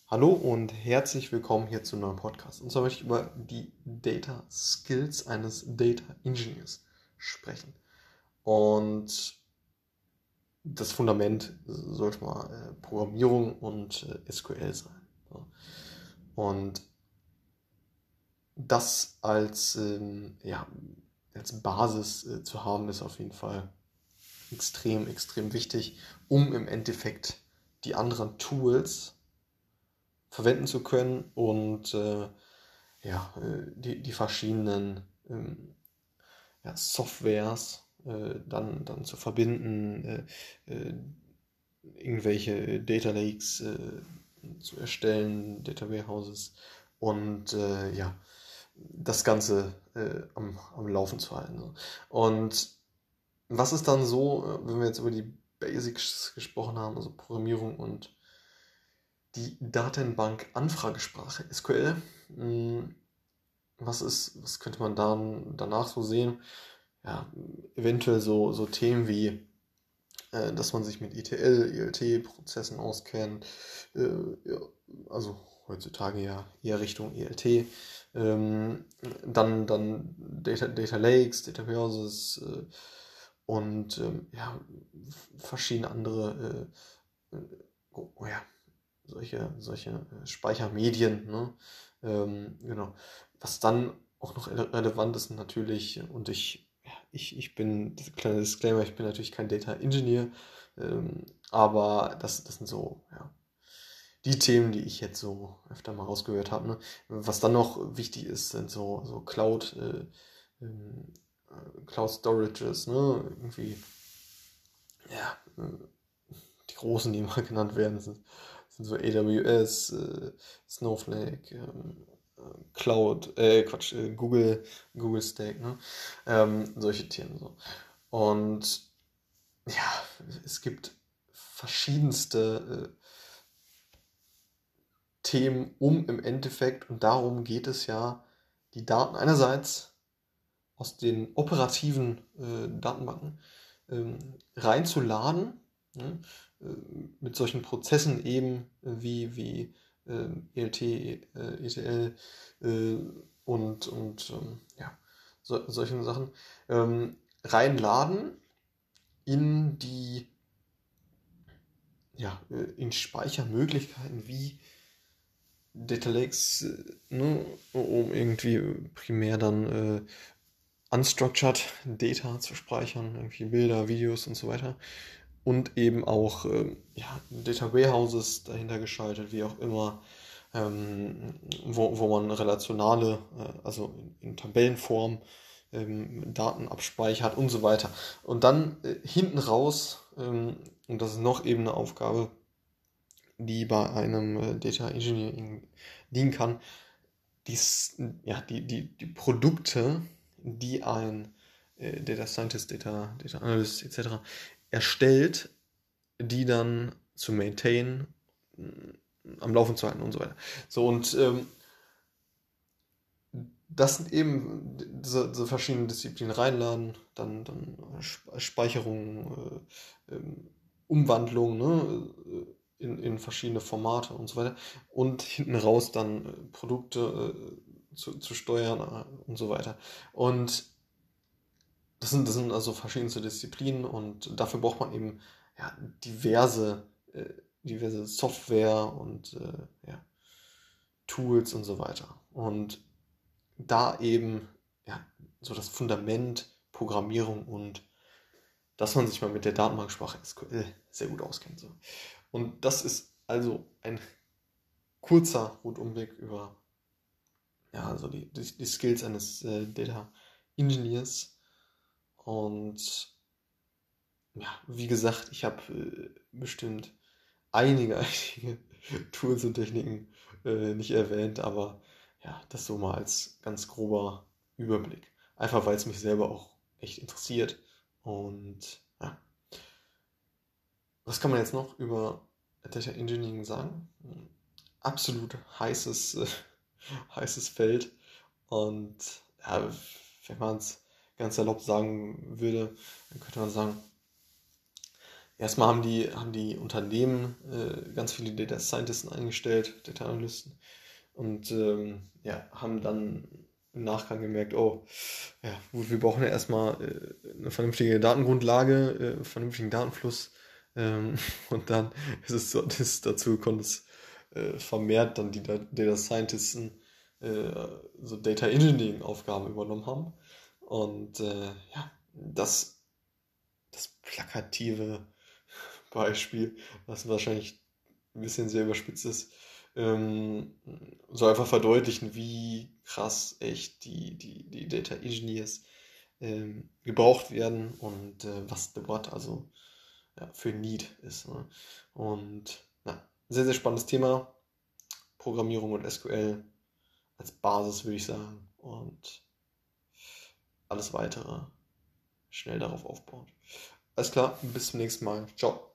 Hallo und herzlich willkommen hier zu einem neuen Podcast. Und zwar möchte ich über die Data Skills eines Data Engineers sprechen. Und das Fundament sollte mal Programmierung und SQL sein. So. Und das als Basis zu haben, ist auf jeden Fall extrem, extrem wichtig, um im Endeffekt die anderen Tools verwenden zu können und die verschiedenen Softwares dann zu verbinden, irgendwelche Data Lakes zu erstellen, Data Warehouses und das Ganze am Laufen zu halten. So. Und was ist dann so, wenn wir jetzt über die Basics gesprochen haben, also Programmierung und die Datenbank-Anfragesprache SQL? Was könnte man dann danach so sehen? Ja, eventuell so Themen wie, dass man sich mit ETL, ELT-Prozessen auskennt, ja, also heutzutage ja eher Richtung ELT, dann Data Lakes, Data Warehouses und verschiedene andere solche Speichermedien, ne? Genau. Was dann auch noch relevant ist natürlich, und ich bin, kleiner Disclaimer, ich bin natürlich kein Data Engineer, aber das sind so, ja, die Themen, die ich jetzt so öfter mal rausgehört habe. Ne? Was dann noch wichtig ist, sind so Cloud Storages, ne? Irgendwie, ja, die großen, die mal genannt werden, sind so AWS, Snowflake, Google Stack, ne? Solche Themen so. Und ja, es gibt verschiedenste Themen, um im Endeffekt, und darum geht es ja, die Daten einerseits aus den operativen Datenbanken reinzuladen, ne? Mit solchen Prozessen eben wie ELT, ETL solchen Sachen reinladen in die in Speichermöglichkeiten wie Data Lakes, ne, um irgendwie primär dann unstructured Data zu speichern, irgendwie Bilder, Videos und so weiter. Und eben auch Data Warehouses dahinter geschaltet, wie auch immer, wo man relationale, also in Tabellenform, Daten abspeichert und so weiter. Und dann hinten raus, und das ist noch eben eine Aufgabe, die bei einem Data Engineering dienen kann, die Produkte, die ein Data Scientist, Data Analyst etc. erstellt, die dann zu maintain, am Laufen zu halten und so weiter. So, und das sind eben diese verschiedenen Disziplinen reinladen, dann Speicherung, Umwandlung, ne, in verschiedene Formate und so weiter. Und hinten raus dann Produkte zu steuern und so weiter. Und das sind also verschiedenste Disziplinen und dafür braucht man eben ja, diverse Software und Tools und so weiter. Und da eben ja, so das Fundament Programmierung und dass man sich mal mit der Datenbanksprache SQL sehr gut auskennt. So. Und das ist also ein kurzer Rundumblick über also die Skills eines Data Engineers. Und ja, wie gesagt, ich habe bestimmt einige Tools und Techniken nicht erwähnt, aber ja, das so mal als ganz grober Überblick. Einfach weil es mich selber auch echt interessiert. Und ja, was kann man jetzt noch über Data Engineering sagen? Absolut heißes Feld. Und ja, wenn man es ganz salopp sagen würde, dann könnte man sagen, erstmal haben die Unternehmen ganz viele Data Scientists eingestellt, Data Analysten, und ja, haben dann im Nachgang gemerkt, oh, ja, gut, wir brauchen ja erstmal eine vernünftige Datengrundlage, einen vernünftigen Datenfluss. Und dann ist es dazu gekommen, dass vermehrt dann die Data Scientisten so Data Engineering Aufgaben übernommen haben. Und ja, das plakative Beispiel, was wahrscheinlich ein bisschen sehr überspitzt ist, ähm, soll einfach verdeutlichen, wie krass echt die Data Engineers gebraucht werden und was the what also ja, für Need ist. Ne? Und na, sehr, sehr spannendes Thema. Programmierung und SQL als Basis, würde ich sagen. Und alles weitere schnell darauf aufbauen. Alles klar, bis zum nächsten Mal. Ciao.